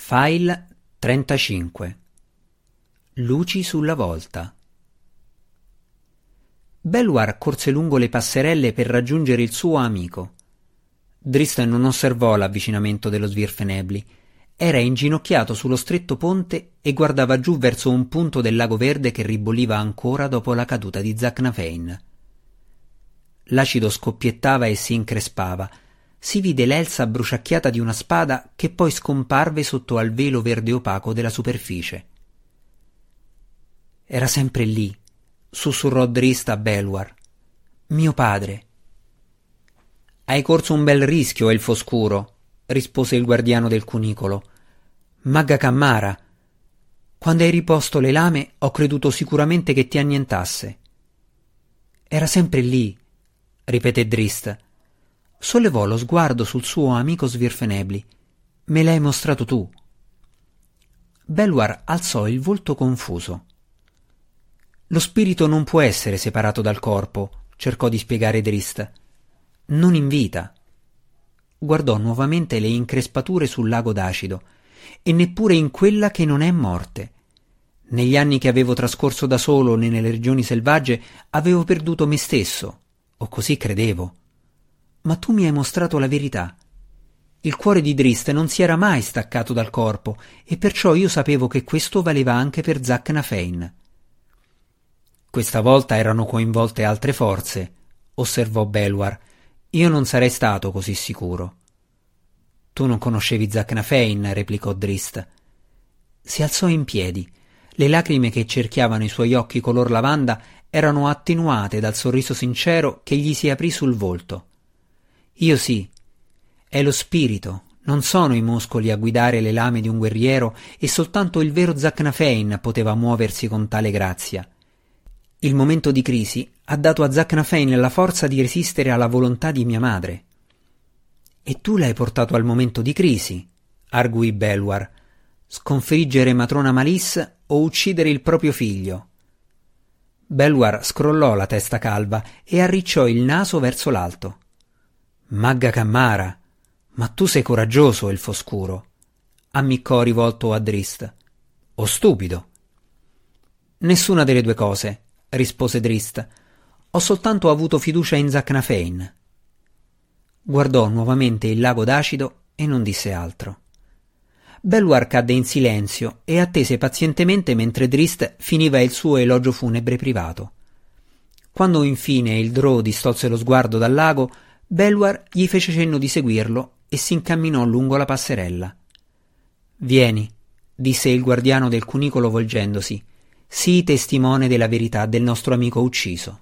File 35. Luci sulla volta. Belluar corse lungo le passerelle per raggiungere il suo amico. Drist non osservò l'avvicinamento dello Svirfenebli. Era inginocchiato sullo stretto ponte e guardava giù verso un punto del lago verde che ribolliva ancora dopo la caduta di Zaknafein. L'acido scoppiettava e si increspava. Si vide l'elsa bruciacchiata di una spada che poi scomparve sotto al velo verde opaco della superficie. Era sempre lì, sussurrò Drist a Belluar. Mio padre. Hai corso un bel rischio, elfo scuro, rispose il guardiano del cunicolo. Magga Cammara. Quando hai riposto le lame ho creduto sicuramente che ti annientasse. Era sempre lì, ripeté Drist. Sollevò lo sguardo sul suo amico Svirfenebli. Me l'hai mostrato tu. Belluar alzò il volto confuso. Lo spirito non può essere separato dal corpo, cercò di spiegare Drist. Non in vita. Guardò nuovamente le increspature sul lago d'acido, e neppure in quella che non è morte. Negli anni che avevo trascorso da solo nelle regioni selvagge avevo perduto me stesso, o così credevo. Ma tu mi hai mostrato la verità. Il cuore di Drist non si era mai staccato dal corpo, e perciò io sapevo che questo valeva anche per Zaknafein. Questa volta erano coinvolte altre forze, osservò Belluar. Io non sarei stato così sicuro. Tu non conoscevi Zaknafein, replicò Drist. Si alzò in piedi. Le lacrime che cerchiavano i suoi occhi color lavanda erano attenuate dal sorriso sincero che gli si aprì sul volto. Io sì. È lo spirito, non sono i muscoli a guidare le lame di un guerriero, e soltanto il vero Zaknafein poteva muoversi con tale grazia. Il momento di crisi ha dato a Zaknafein la forza di resistere alla volontà di mia madre. E tu l'hai portato al momento di crisi, arguì Belluar. Sconfiggere matrona Malice o uccidere il proprio figlio. Belluar scrollò la testa calva e arricciò il naso verso l'alto. Magga Cammara, ma tu sei coraggioso, elfo scuro, ammiccò rivolto a Drist. O stupido? Nessuna delle due cose, rispose Drist. Ho soltanto avuto fiducia in Zaknafein. Guardò nuovamente il lago d'acido e non disse altro. Belluar cadde in silenzio e attese pazientemente mentre Drist finiva il suo elogio funebre privato. Quando infine il Drow distolse lo sguardo dal lago, Belluar gli fece cenno di seguirlo e si incamminò lungo la passerella. Vieni, disse il guardiano del cunicolo volgendosi. Sii testimone della verità del nostro amico ucciso.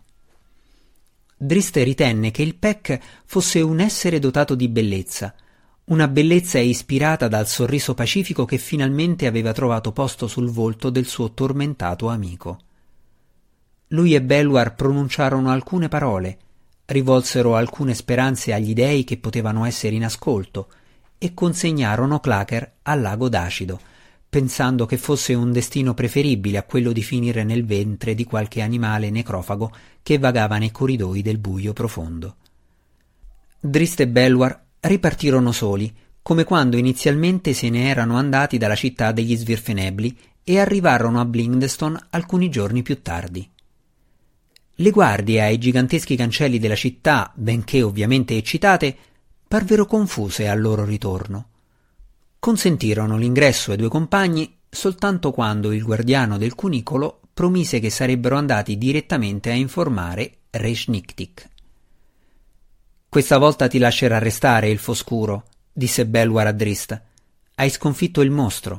Drist ritenne che il Pek fosse un essere dotato di bellezza, una bellezza ispirata dal sorriso pacifico che finalmente aveva trovato posto sul volto del suo tormentato amico. Lui e Belluar pronunciarono alcune parole, rivolsero alcune speranze agli dei che potevano essere in ascolto e consegnarono Clacker al lago d'acido, pensando che fosse un destino preferibile a quello di finire nel ventre di qualche animale necrofago che vagava nei corridoi del buio profondo. Drist e Belluar ripartirono soli, come quando inizialmente se ne erano andati dalla città degli Svirfenebli e arrivarono a Blindstone alcuni giorni più tardi. Le guardie ai giganteschi cancelli della città, benché ovviamente eccitate, parvero confuse al loro ritorno. Consentirono l'ingresso ai due compagni soltanto quando il guardiano del cunicolo promise che sarebbero andati direttamente a informare Re Schniktik. Questa volta ti lascerà restare, elfo scuro, disse Belluar a Drist. Hai sconfitto il mostro.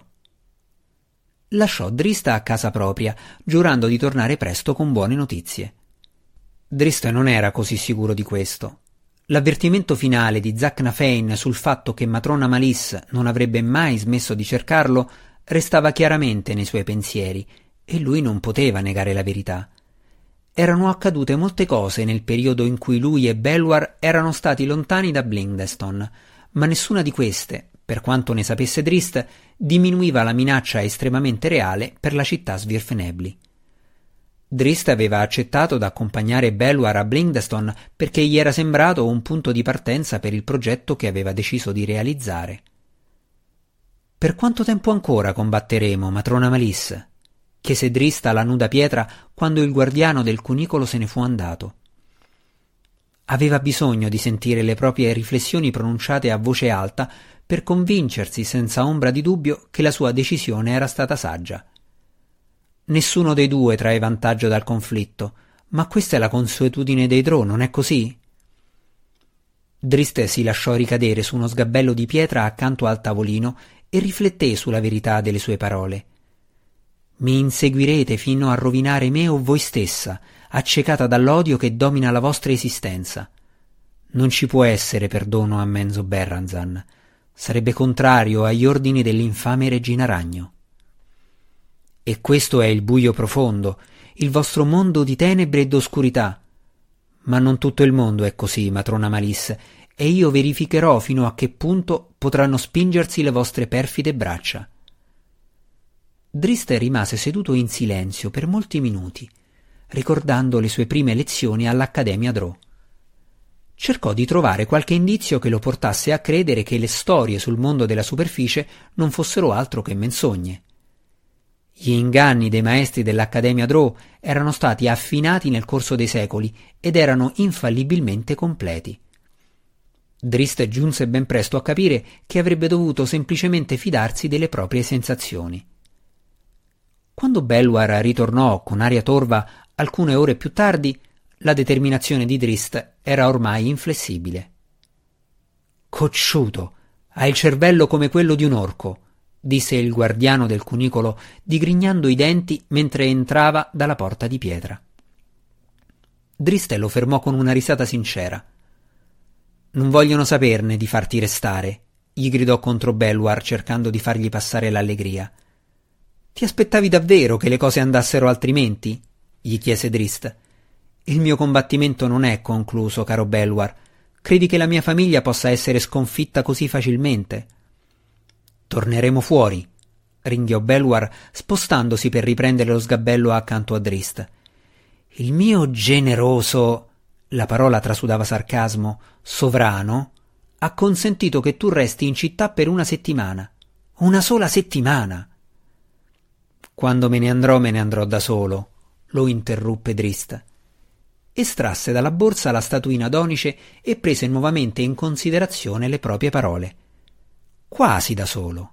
Lasciò Drist a casa propria, giurando di tornare presto con buone notizie. Drist non era così sicuro di questo. L'avvertimento finale di Zaknafein sul fatto che matrona Malice non avrebbe mai smesso di cercarlo restava chiaramente nei suoi pensieri, e lui non poteva negare la verità. Erano accadute molte cose nel periodo in cui lui e Belluar erano stati lontani da Blindstone, ma nessuna di queste, per quanto ne sapesse Drist, diminuiva la minaccia estremamente reale per la città Svirfenebli. Drist aveva accettato da accompagnare Belluar a Blindstone perché gli era sembrato un punto di partenza per il progetto che aveva deciso di realizzare. Per quanto tempo ancora combatteremo, matrona Malice? Chiese Drista alla nuda pietra quando il guardiano del cunicolo se ne fu andato. Aveva bisogno di sentire le proprie riflessioni pronunciate a voce alta per convincersi senza ombra di dubbio che la sua decisione era stata saggia. Nessuno dei due trae vantaggio dal conflitto, ma questa è la consuetudine dei Drow, non è così? Drist si lasciò ricadere su uno sgabello di pietra accanto al tavolino e rifletté sulla verità delle sue parole. Mi inseguirete fino a rovinare me o voi stessa, accecata dall'odio che domina la vostra esistenza. Non ci può essere perdono a Menzo Berranzan. Sarebbe contrario agli ordini dell'infame regina Ragno. E questo è il buio profondo, il vostro mondo di tenebre e d'oscurità. Ma non tutto il mondo è così, matrona Malice, e io verificherò fino a che punto potranno spingersi le vostre perfide braccia. Drist rimase seduto in silenzio per molti minuti, ricordando le sue prime lezioni all'Accademia Drow. Cercò di trovare qualche indizio che lo portasse a credere che le storie sul mondo della superficie non fossero altro che menzogne. Gli inganni dei maestri dell'Accademia Drow erano stati affinati nel corso dei secoli ed erano infallibilmente completi. Drist giunse ben presto a capire che avrebbe dovuto semplicemente fidarsi delle proprie sensazioni. Quando Belluar ritornò con aria torva alcune ore più tardi, la determinazione di Drist era ormai inflessibile. «Cocciuto, ha il cervello come quello di un orco», disse il guardiano del cunicolo, digrignando i denti mentre entrava dalla porta di pietra. Drist lo fermò con una risata sincera. «Non vogliono saperne di farti restare», gli gridò contro Belluar cercando di fargli passare l'allegria. «Ti aspettavi davvero che le cose andassero altrimenti?» gli chiese Drist. «Il mio combattimento non è concluso, caro Belluar. Credi che la mia famiglia possa essere sconfitta così facilmente?» «Torneremo fuori», ringhiò Belluar, spostandosi per riprendere lo sgabello accanto a Drist. «Il mio generoso», la parola trasudava sarcasmo, «sovrano, ha consentito che tu resti in città per una settimana. Una sola settimana!» «Quando me ne andrò da solo», lo interruppe Drist. Estrasse dalla borsa la statuina d'onice e prese nuovamente in considerazione le proprie parole. «Quasi da solo».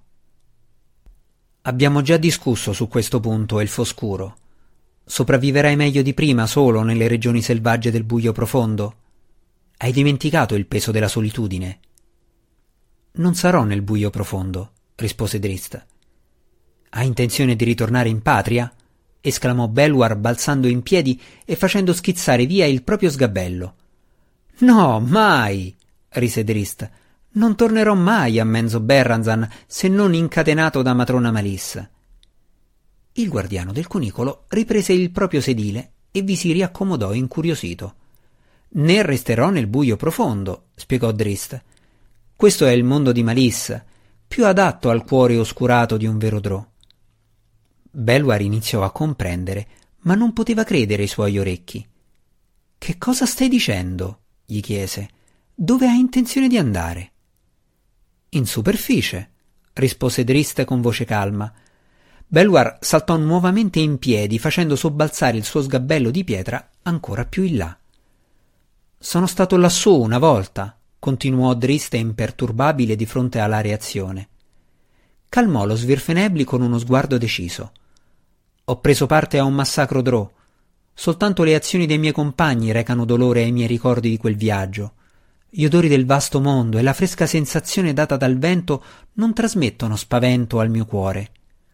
«Abbiamo già discusso su questo punto, Elfo Scuro. Sopravviverai meglio di prima solo nelle regioni selvagge del buio profondo? Hai dimenticato il peso della solitudine?» «Non sarò nel buio profondo», rispose Drist. «Hai intenzione di ritornare in patria?» esclamò Belluar balzando in piedi e facendo schizzare via il proprio sgabello. «No, mai!» rise Drist. «Non tornerò mai a Menzo Berranzan se non incatenato da matrona Malice». Il guardiano del cunicolo riprese il proprio sedile e vi si riaccomodò incuriosito. «Né resterò nel buio profondo», spiegò Drist. «Questo è il mondo di Malice, più adatto al cuore oscurato di un vero Drow». Belluar iniziò a comprendere, ma non poteva credere ai suoi orecchi. «Che cosa stai dicendo?» gli chiese. «Dove hai intenzione di andare?» «In superficie», rispose Drist con voce calma. Belluar saltò nuovamente in piedi, facendo sobbalzare il suo sgabello di pietra ancora più in là. «Sono stato lassù una volta», continuò Drist imperturbabile di fronte alla reazione. Calmò lo Svirfenebli con uno sguardo deciso. «Ho preso parte a un massacro Drow. Soltanto le azioni dei miei compagni recano dolore ai miei ricordi di quel viaggio. Gli odori del vasto mondo e la fresca sensazione data dal vento non trasmettono spavento al mio cuore».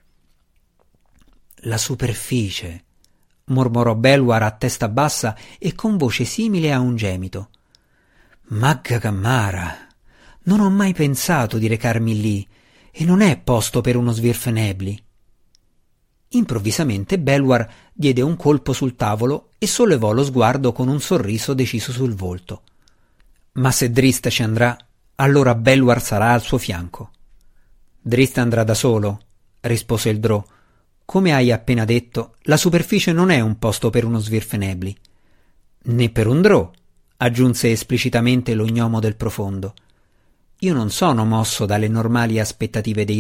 «La superficie», mormorò Belluar a testa bassa e con voce simile a un gemito. «Magga Cammara, non ho mai pensato di recarmi lì, e non è posto per uno Svirfenebli». Improvvisamente Belluar diede un colpo sul tavolo e sollevò lo sguardo con un sorriso deciso sul volto. «Ma se Drist ci andrà, allora Belluar sarà al suo fianco». «Drist andrà da solo», rispose il Drow. «Come hai appena detto, la superficie non è un posto per uno Svirfenebli». «Né per un Drow», aggiunse esplicitamente lo gnomo del profondo. «Io non sono mosso dalle normali aspettative dei Drow»,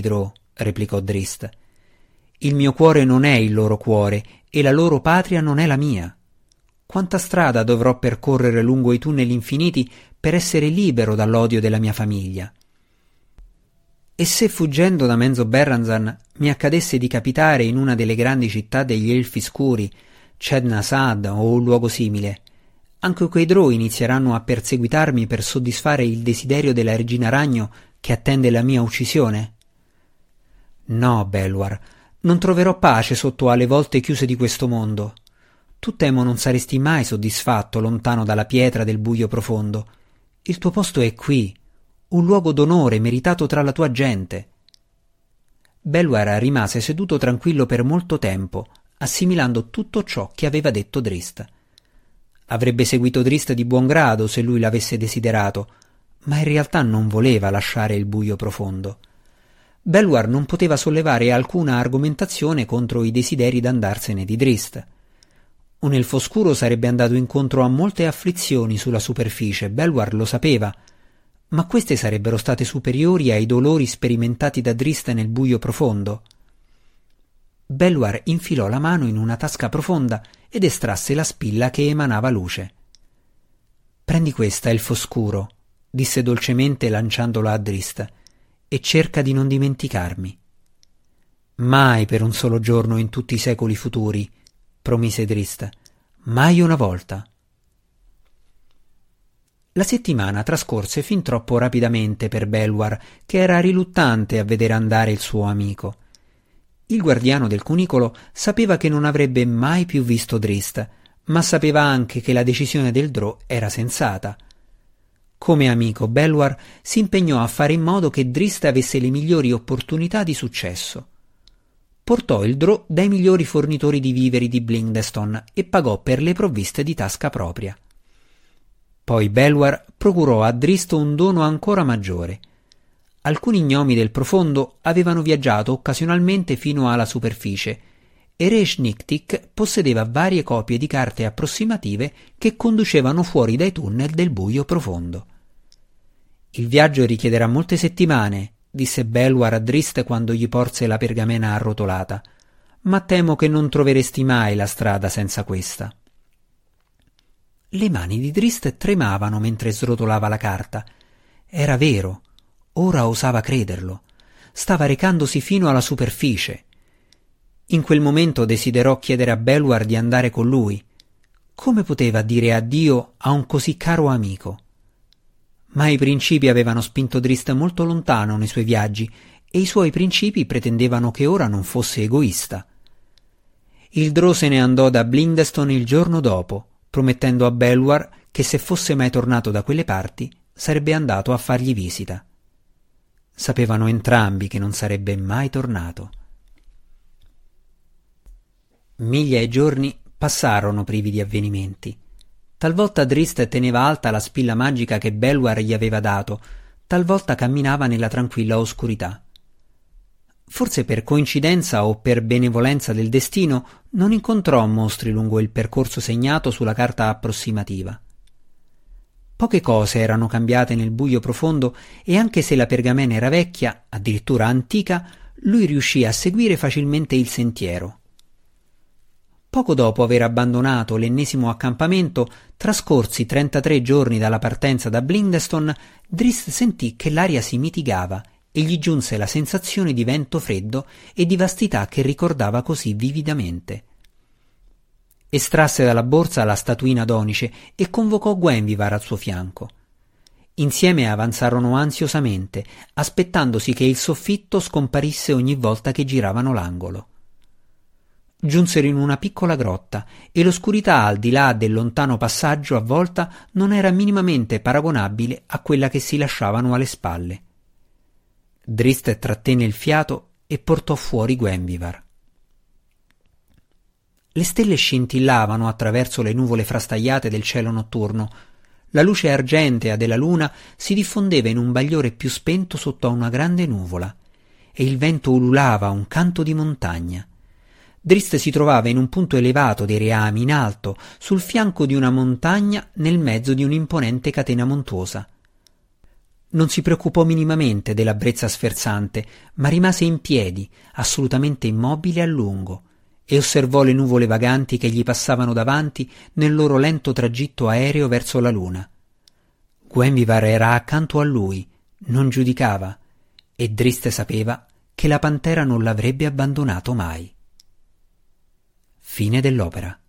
replicò Drist. Il mio cuore non è il loro cuore e la loro patria non è la mia. Quanta strada dovrò percorrere lungo i tunnel infiniti per essere libero dall'odio della mia famiglia? E se fuggendo da Menzoberranzan mi accadesse di capitare in una delle grandi città degli Elfi Scuri, Cednasad o un luogo simile, anche quei Drow inizieranno a perseguitarmi per soddisfare il desiderio della regina ragno che attende la mia uccisione? No, Belluar, non troverò pace sotto alle volte chiuse di questo mondo. Tu temo non saresti mai soddisfatto lontano dalla pietra del buio profondo. Il tuo posto è qui, un luogo d'onore meritato tra la tua gente. Belluar rimase seduto tranquillo per molto tempo, assimilando tutto ciò che aveva detto Drist. Avrebbe seguito Drist di buon grado se lui l'avesse desiderato, ma in realtà non voleva lasciare il buio profondo. Belluar non poteva sollevare alcuna argomentazione contro i desideri d'andarsene di Drist. Un elfo scuro sarebbe andato incontro a molte afflizioni sulla superficie, Belluar lo sapeva, ma queste sarebbero state superiori ai dolori sperimentati da Drist nel buio profondo. Belluar infilò la mano in una tasca profonda ed estrasse la spilla che emanava luce. «Prendi questa, elfo scuro», disse dolcemente lanciandola a Drist, «e cerca di non dimenticarmi». «Mai per un solo giorno in tutti i secoli futuri», promise Drist, «mai una volta». La settimana trascorse fin troppo rapidamente per Belluar, che era riluttante a vedere andare il suo amico. Il guardiano del cunicolo sapeva che non avrebbe mai più visto Drist, ma sapeva anche che la decisione del Drow era sensata. Come amico, Belluar si impegnò a fare in modo che Drist avesse le migliori opportunità di successo. Portò il Drow dai migliori fornitori di viveri di Blindestone e pagò per le provviste di tasca propria. Poi Belluar procurò a Drist un dono ancora maggiore. Alcuni gnomi del profondo avevano viaggiato occasionalmente fino alla superficie e Reshniktik possedeva varie copie di carte approssimative che conducevano fuori dai tunnel del buio profondo. «Il viaggio richiederà molte settimane», disse Belluar a Drist quando gli porse la pergamena arrotolata, «ma temo che non troveresti mai la strada senza questa». Le mani di Drist tremavano mentre srotolava la carta. Era vero. Ora osava crederlo. Stava recandosi fino alla superficie. In quel momento desiderò chiedere a Belluar di andare con lui. Come poteva dire addio a un così caro amico? Ma i principi avevano spinto Drist molto lontano nei suoi viaggi e i suoi principi pretendevano che ora non fosse egoista. Il Drow se ne andò da Blindestone il giorno dopo, promettendo a Belluar che se fosse mai tornato da quelle parti sarebbe andato a fargli visita. Sapevano entrambi che non sarebbe mai tornato. Miglia e giorni passarono privi di avvenimenti. Talvolta Drist teneva alta la spilla magica che Belluar gli aveva dato, talvolta camminava nella tranquilla oscurità. Forse per coincidenza o per benevolenza del destino non incontrò mostri lungo il percorso segnato sulla carta approssimativa. Poche cose erano cambiate nel buio profondo e anche se la pergamena era vecchia, addirittura antica, lui riuscì a seguire facilmente il sentiero. Poco dopo aver abbandonato l'ennesimo accampamento, trascorsi 33 giorni dalla partenza da Blindestone, Drist sentì che l'aria si mitigava e gli giunse la sensazione di vento freddo e di vastità che ricordava così vividamente. Estrasse dalla borsa la statuina d'onice e convocò Gwenvivar al suo fianco. Insieme avanzarono ansiosamente, aspettandosi che il soffitto scomparisse ogni volta che giravano l'angolo. Giunsero in una piccola grotta e l'oscurità al di là del lontano passaggio a volta non era minimamente paragonabile a quella che si lasciavano alle spalle. Drist trattenne il fiato e portò fuori Gwenvivar. Le stelle scintillavano attraverso le nuvole frastagliate del cielo notturno. La luce argentea della luna si diffondeva in un bagliore più spento sotto a una grande nuvola e il vento ululava un canto di montagna. Drist si trovava in un punto elevato dei reami, in alto, sul fianco di una montagna nel mezzo di un'imponente catena montuosa. Non si preoccupò minimamente della brezza sferzante, ma rimase in piedi, assolutamente immobile a lungo, e osservò le nuvole vaganti che gli passavano davanti nel loro lento tragitto aereo verso la luna. Guenvivar era accanto a lui, non giudicava, e Driste sapeva che la pantera non l'avrebbe abbandonato mai. Fine dell'opera.